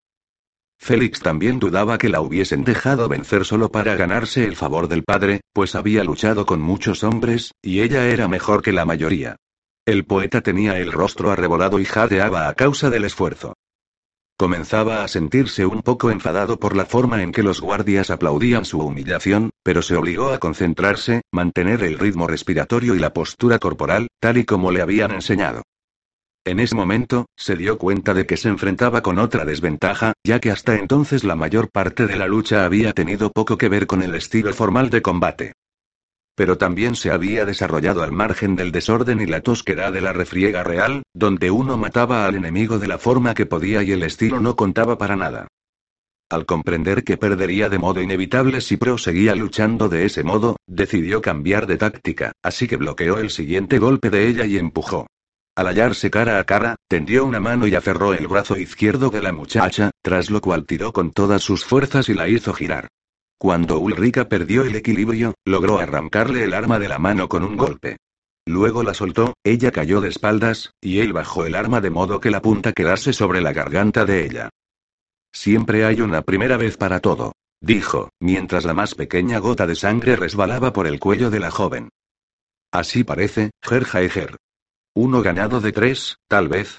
Félix también dudaba que la hubiesen dejado vencer solo para ganarse el favor del padre, pues había luchado con muchos hombres, y ella era mejor que la mayoría. El poeta tenía el rostro arrebolado y jadeaba a causa del esfuerzo. Comenzaba a sentirse un poco enfadado por la forma en que los guardias aplaudían su humillación, pero se obligó a concentrarse, mantener el ritmo respiratorio y la postura corporal, tal y como le habían enseñado. En ese momento, se dio cuenta de que se enfrentaba con otra desventaja, ya que hasta entonces la mayor parte de la lucha había tenido poco que ver con el estilo formal de combate. Pero también se había desarrollado al margen del desorden y la tosquedad de la refriega real, donde uno mataba al enemigo de la forma que podía y el estilo no contaba para nada. al comprender que perdería de modo inevitable si proseguía luchando de ese modo, decidió cambiar de táctica, así que bloqueó el siguiente golpe de ella y empujó. Al hallarse cara a cara, tendió una mano y aferró el brazo izquierdo de la muchacha, tras lo cual tiró con todas sus fuerzas y la hizo girar. Cuando Ulrika perdió el equilibrio, logró arrancarle el arma de la mano con un golpe. Luego la soltó, ella cayó de espaldas, y él bajó el arma de modo que la punta quedase sobre la garganta de ella. Siempre hay una primera vez para todo, dijo, mientras la más pequeña gota de sangre resbalaba por el cuello de la joven. Así parece, Gerhaiger. Uno ganado de tres, tal vez.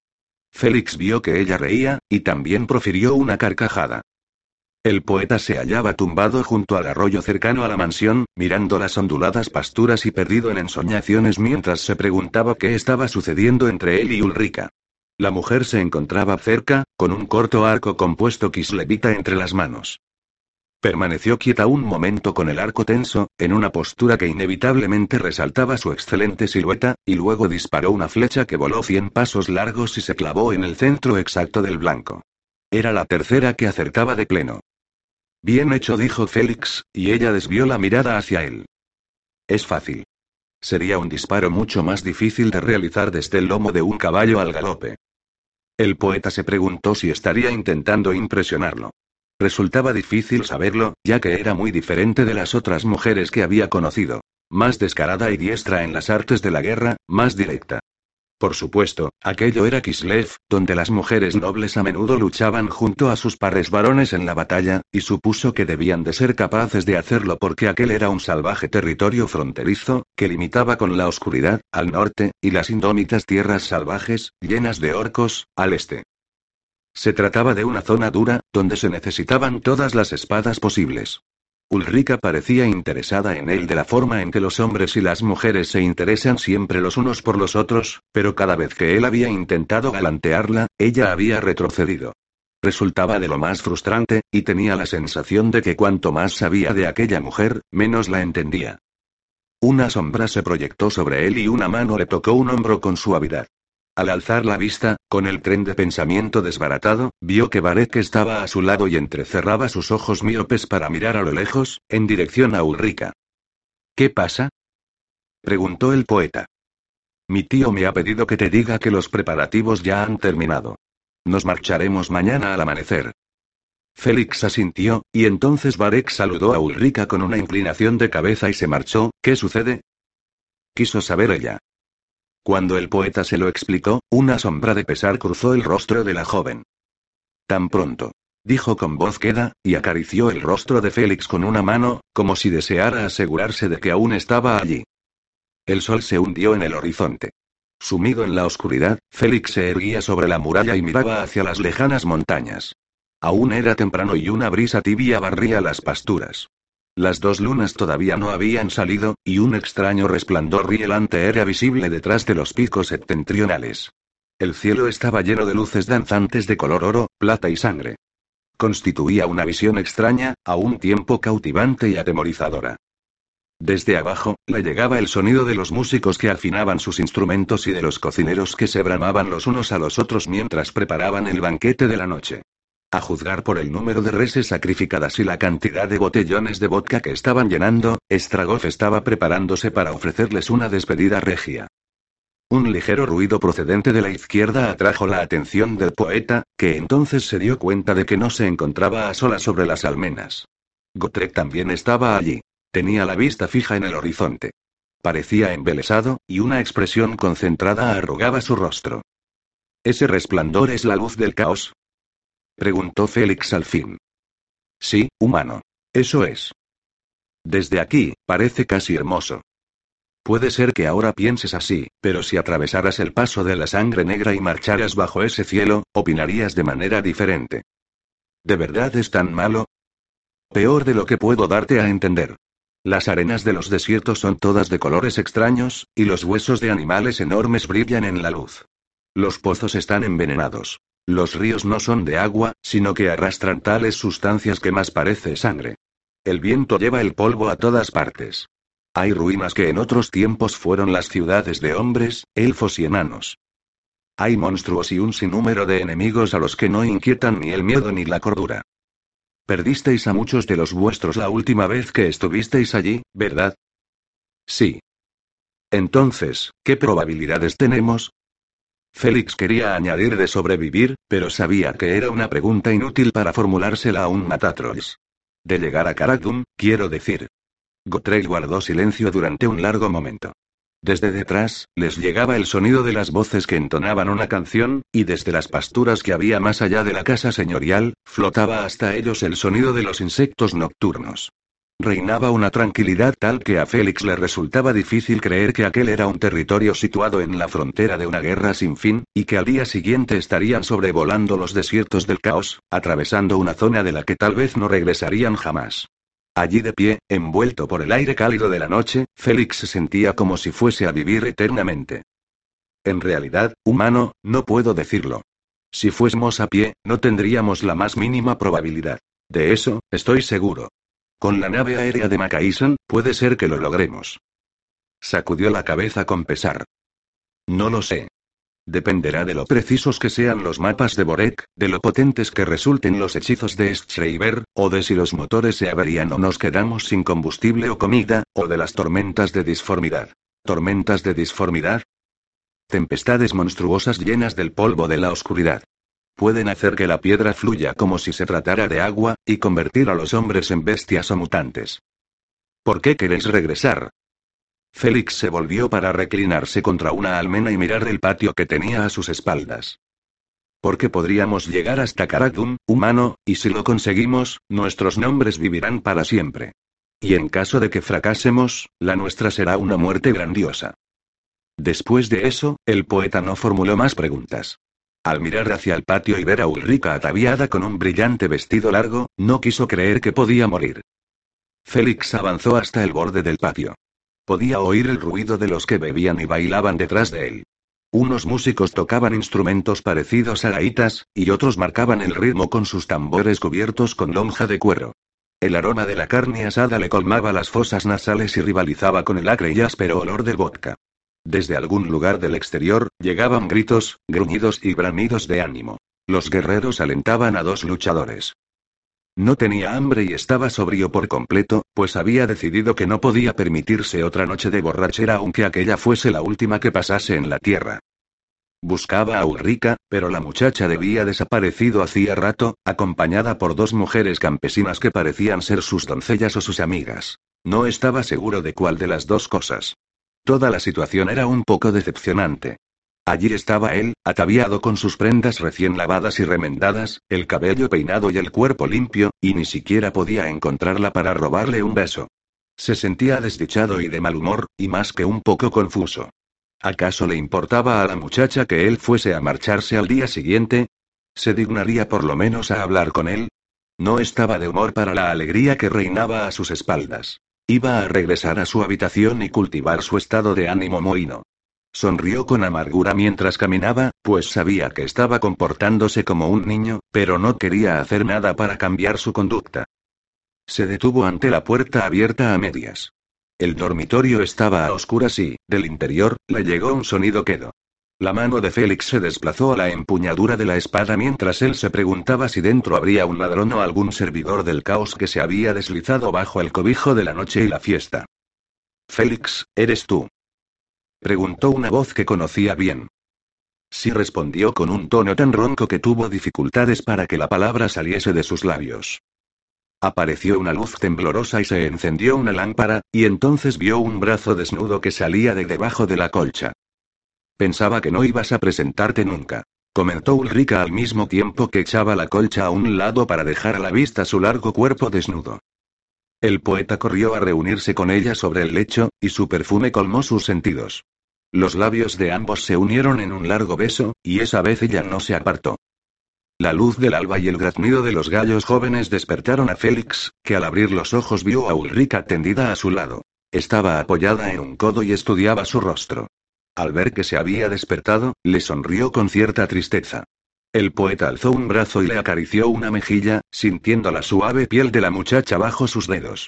Félix vio que ella reía, y también profirió una carcajada. El poeta se hallaba tumbado junto al arroyo cercano a la mansión, mirando las onduladas pasturas y perdido en ensoñaciones mientras se preguntaba qué estaba sucediendo entre él y Ulrika. La mujer se encontraba cerca, con un corto arco compuesto kislevita entre las manos. Permaneció quieta un momento con el arco tenso, en una postura que inevitablemente resaltaba su excelente silueta, y luego disparó una flecha que voló cien pasos largos y se clavó en el centro exacto del blanco. Era la tercera que acertaba de pleno. Bien hecho, dijo Félix, y ella desvió la mirada hacia él. Es fácil. Sería un disparo mucho más difícil de realizar desde el lomo de un caballo al galope. El poeta se preguntó si estaría intentando impresionarlo. Resultaba difícil saberlo, ya que era muy diferente de las otras mujeres que había conocido. Más descarada y diestra en las artes de la guerra, más directa. Por supuesto, aquello era Kislev, donde las mujeres nobles a menudo luchaban junto a sus pares varones en la batalla, y supuso que debían de ser capaces de hacerlo porque aquel era un salvaje territorio fronterizo, que limitaba con la oscuridad, al norte, y las indómitas tierras salvajes, llenas de orcos, al este. Se trataba de una zona dura, donde se necesitaban todas las espadas posibles. Ulrika parecía interesada en él de la forma en que los hombres y las mujeres se interesan siempre los unos por los otros, pero cada vez que él había intentado galantearla, ella había retrocedido. Resultaba de lo más frustrante, y tenía la sensación de que cuanto más sabía de aquella mujer, menos la entendía. Una sombra se proyectó sobre él y una mano le tocó un hombro con suavidad. Al alzar la vista, con el tren de pensamiento desbaratado, vio que Varek estaba a su lado y entrecerraba sus ojos míopes para mirar a lo lejos, en dirección a Ulrika. ¿Qué pasa?, preguntó el poeta. Mi tío me ha pedido que te diga que los preparativos ya han terminado. Nos marcharemos mañana al amanecer. Félix asintió, y entonces Varek saludó a Ulrika con una inclinación de cabeza y se marchó. ¿Qué sucede?, quiso saber ella. Cuando el poeta se lo explicó, una sombra de pesar cruzó el rostro de la joven. Tan pronto, dijo con voz queda, y acarició el rostro de Félix con una mano, como si deseara asegurarse de que aún estaba allí. El sol se hundió en el horizonte. Sumido en la oscuridad, Félix se erguía sobre la muralla y miraba hacia las lejanas montañas. Aún era temprano y una brisa tibia barría las pasturas. Las dos lunas todavía no habían salido, y un extraño resplandor rielante era visible detrás de los picos septentrionales. El cielo estaba lleno de luces danzantes de color oro, plata y sangre. Constituía una visión extraña, a un tiempo cautivante y atemorizadora. Desde abajo, le llegaba el sonido de los músicos que afinaban sus instrumentos y de los cocineros que se bramaban los unos a los otros mientras preparaban el banquete de la noche. A juzgar por el número de reses sacrificadas y la cantidad de botellones de vodka que estaban llenando, Stragov estaba preparándose para ofrecerles una despedida regia. Un ligero ruido procedente de la izquierda atrajo la atención del poeta, que entonces se dio cuenta de que no se encontraba a solas sobre las almenas. Gotrek también estaba allí. Tenía la vista fija en el horizonte. Parecía embelesado, y una expresión concentrada arrugaba su rostro. ¿Ese resplandor es la luz del caos?, preguntó Félix al fin. Sí, humano. Eso es. Desde aquí, parece casi hermoso. Puede ser que ahora pienses así, pero si atravesaras el paso de la sangre negra y marcharas bajo ese cielo, opinarías de manera diferente. ¿De verdad es tan malo? Peor de lo que puedo darte a entender. Las arenas de los desiertos son todas de colores extraños, y los huesos de animales enormes brillan en la luz. Los pozos están envenenados. Los ríos no son de agua, sino que arrastran tales sustancias que más parece sangre. El viento lleva el polvo a todas partes. Hay ruinas que en otros tiempos fueron las ciudades de hombres, elfos y enanos. Hay monstruos y un sinnúmero de enemigos a los que no inquietan ni el miedo ni la cordura. Perdisteis a muchos de los vuestros la última vez que estuvisteis allí, ¿verdad? Sí. Entonces, ¿qué probabilidades tenemos? Félix quería añadir de sobrevivir, pero sabía que era una pregunta inútil para formulársela a un matatrolls. De llegar a Karak-Dûm, quiero decir. Gotrek guardó silencio durante un largo momento. Desde detrás, les llegaba el sonido de las voces que entonaban una canción, y desde las pasturas que había más allá de la casa señorial, flotaba hasta ellos el sonido de los insectos nocturnos. Reinaba una tranquilidad tal que a Félix le resultaba difícil creer que aquel era un territorio situado en la frontera de una guerra sin fin, y que al día siguiente estarían sobrevolando los desiertos del caos, atravesando una zona de la que tal vez no regresarían jamás. Allí de pie, envuelto por el aire cálido de la noche, Félix se sentía como si fuese a vivir eternamente. En realidad, humano, no puedo decirlo. Si fuésemos a pie, no tendríamos la más mínima probabilidad. De eso, estoy seguro. Con la nave aérea de Macaisan, puede ser que lo logremos. Sacudió la cabeza con pesar. No lo sé. Dependerá de lo precisos que sean los mapas de Borek, de lo potentes que resulten los hechizos de Schreiber, o de si los motores se averían o nos quedamos sin combustible o comida, o de las tormentas de disformidad. ¿Tormentas de disformidad? Tempestades monstruosas llenas del polvo de la oscuridad. Pueden hacer que la piedra fluya como si se tratara de agua, y convertir a los hombres en bestias o mutantes. ¿Por qué queréis regresar? Félix se volvió para reclinarse contra una almena y mirar el patio que tenía a sus espaldas. Porque podríamos llegar hasta Karak-Dûm, humano, y si lo conseguimos, nuestros nombres vivirán para siempre. Y en caso de que fracasemos, la nuestra será una muerte grandiosa. Después de eso, el poeta no formuló más preguntas. Al mirar hacia el patio y ver a Ulrika ataviada con un brillante vestido largo, no quiso creer que podía morir. Félix avanzó hasta el borde del patio. Podía oír el ruido de los que bebían y bailaban detrás de él. Unos músicos tocaban instrumentos parecidos a gaitas, y otros marcaban el ritmo con sus tambores cubiertos con lonja de cuero. El aroma de la carne asada le colmaba las fosas nasales y rivalizaba con el acre y áspero olor del vodka. Desde algún lugar del exterior, llegaban gritos, gruñidos y bramidos de ánimo. Los guerreros alentaban a dos luchadores. No tenía hambre y estaba sobrio por completo, pues había decidido que no podía permitirse otra noche de borrachera aunque aquella fuese la última que pasase en la tierra. Buscaba a Ulrika, pero la muchacha había desaparecido hacía rato, acompañada por dos mujeres campesinas que parecían ser sus doncellas o sus amigas. No estaba seguro de cuál de las dos cosas. Toda la situación era un poco decepcionante. Allí estaba él, ataviado con sus prendas recién lavadas y remendadas, el cabello peinado y el cuerpo limpio, y ni siquiera podía encontrarla para robarle un beso. Se sentía desdichado y de mal humor, y más que un poco confuso. ¿Acaso le importaba a la muchacha que él fuese a marcharse al día siguiente? ¿Se dignaría por lo menos a hablar con él? No estaba de humor para la alegría que reinaba a sus espaldas. Iba a regresar a su habitación y cultivar su estado de ánimo mohino. Sonrió con amargura mientras caminaba, pues sabía que estaba comportándose como un niño, pero no quería hacer nada para cambiar su conducta. Se detuvo ante la puerta abierta a medias. El dormitorio estaba a oscuras y, del interior, le llegó un sonido quedo. La mano de Félix se desplazó a la empuñadura de la espada mientras él se preguntaba si dentro habría un ladrón o algún servidor del caos que se había deslizado bajo el cobijo de la noche y la fiesta. «Félix, ¿eres tú?», preguntó una voz que conocía bien. Sí, respondió con un tono tan ronco que tuvo dificultades para que la palabra saliese de sus labios. Apareció una luz temblorosa y se encendió una lámpara, y entonces vio un brazo desnudo que salía de debajo de la colcha. «Pensaba que no ibas a presentarte nunca», comentó Ulrika al mismo tiempo que echaba la colcha a un lado para dejar a la vista su largo cuerpo desnudo. El poeta corrió a reunirse con ella sobre el lecho, y su perfume colmó sus sentidos. Los labios de ambos se unieron en un largo beso, y esa vez ella no se apartó. La luz del alba y el graznido de los gallos jóvenes despertaron a Félix, que al abrir los ojos vio a Ulrika tendida a su lado. Estaba apoyada en un codo y estudiaba su rostro. Al ver que se había despertado, le sonrió con cierta tristeza. El poeta alzó un brazo y le acarició una mejilla, sintiendo la suave piel de la muchacha bajo sus dedos.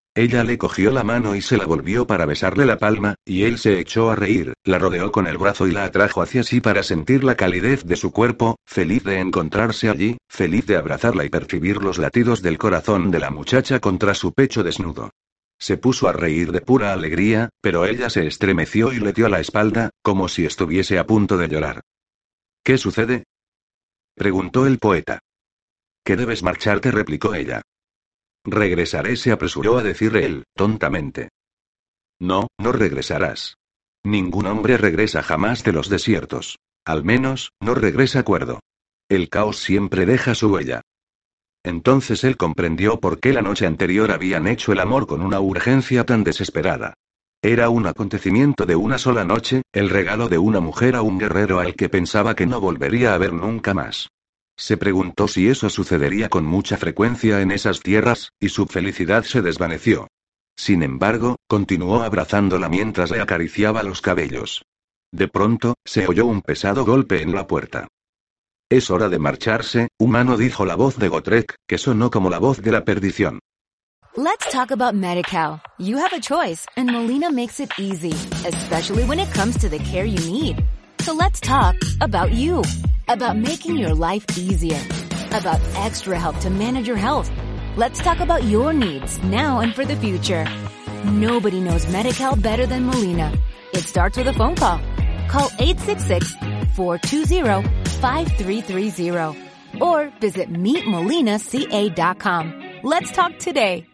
Ella le cogió la mano y se la volvió para besarle la palma, y él se echó a reír, la rodeó con el brazo y la atrajo hacia sí para sentir la calidez de su cuerpo, feliz de encontrarse allí, feliz de abrazarla y percibir los latidos del corazón de la muchacha contra su pecho desnudo. Se puso a reír de pura alegría, pero ella se estremeció y le dio la espalda, como si estuviese a punto de llorar. ¿Qué sucede?, preguntó el poeta. Que debes marcharte, replicó ella. Regresaré, se apresuró a decir él, tontamente. No, no regresarás. Ningún hombre regresa jamás de los desiertos. Al menos, no regresa cuerdo. El caos siempre deja su huella. Entonces él comprendió por qué la noche anterior habían hecho el amor con una urgencia tan desesperada. Era un acontecimiento de una sola noche, el regalo de una mujer a un guerrero al que pensaba que no volvería a ver nunca más. Se preguntó si eso sucedería con mucha frecuencia en esas tierras, y su felicidad se desvaneció. Sin embargo, continuó abrazándola mientras le acariciaba los cabellos. De pronto, se oyó un pesado golpe en la puerta. Es hora de marcharse, humano, dijo la voz de Gotrek, que sonó como la voz de la perdición. Let's talk about Medi-Cal. You have a choice, and Molina makes it easy, especially when it comes to the care you need. So let's talk about you, about making your life easier, about extra help to manage your health. Let's talk about your needs now and for the future. Nobody knows Medi-Cal better than Molina. It starts with a phone call. Call eight six six, four two zero, five three three zero or visit meet molina c a dot com. Let's talk today.